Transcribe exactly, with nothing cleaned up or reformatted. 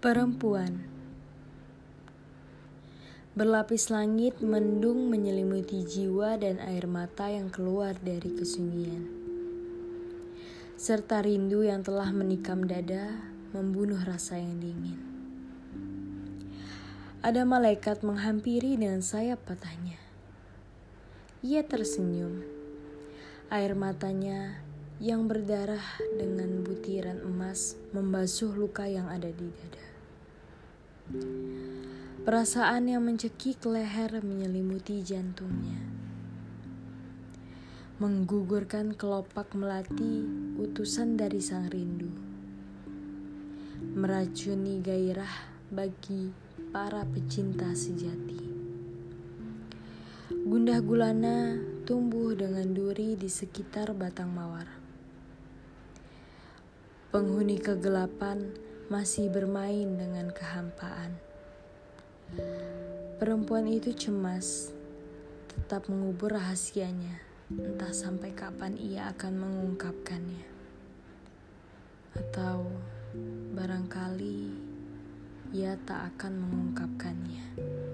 Perempuan. Berlapis langit mendung menyelimuti jiwa dan air mata yang keluar dari kesunyian. Serta rindu yang telah menikam dada, membunuh rasa yang dingin. Ada malaikat menghampiri dengan sayap patahnya. Ia tersenyum. Air matanya yang berdarah dengan butiran emas membasuh luka yang ada di dada. Perasaan yang mencekik leher menyelimuti jantungnya, menggugurkan kelopak melati utusan dari sang rindu, meracuni gairah bagi para pecinta sejati. Gundah gulana tumbuh dengan duri di sekitar batang mawar. Penghuni kegelapan masih bermain dengan kehampaan. Perempuan itu cemas, tetap mengubur rahasianya, entah sampai kapan ia akan mengungkapkannya. Atau barangkali ia tak akan mengungkapkannya.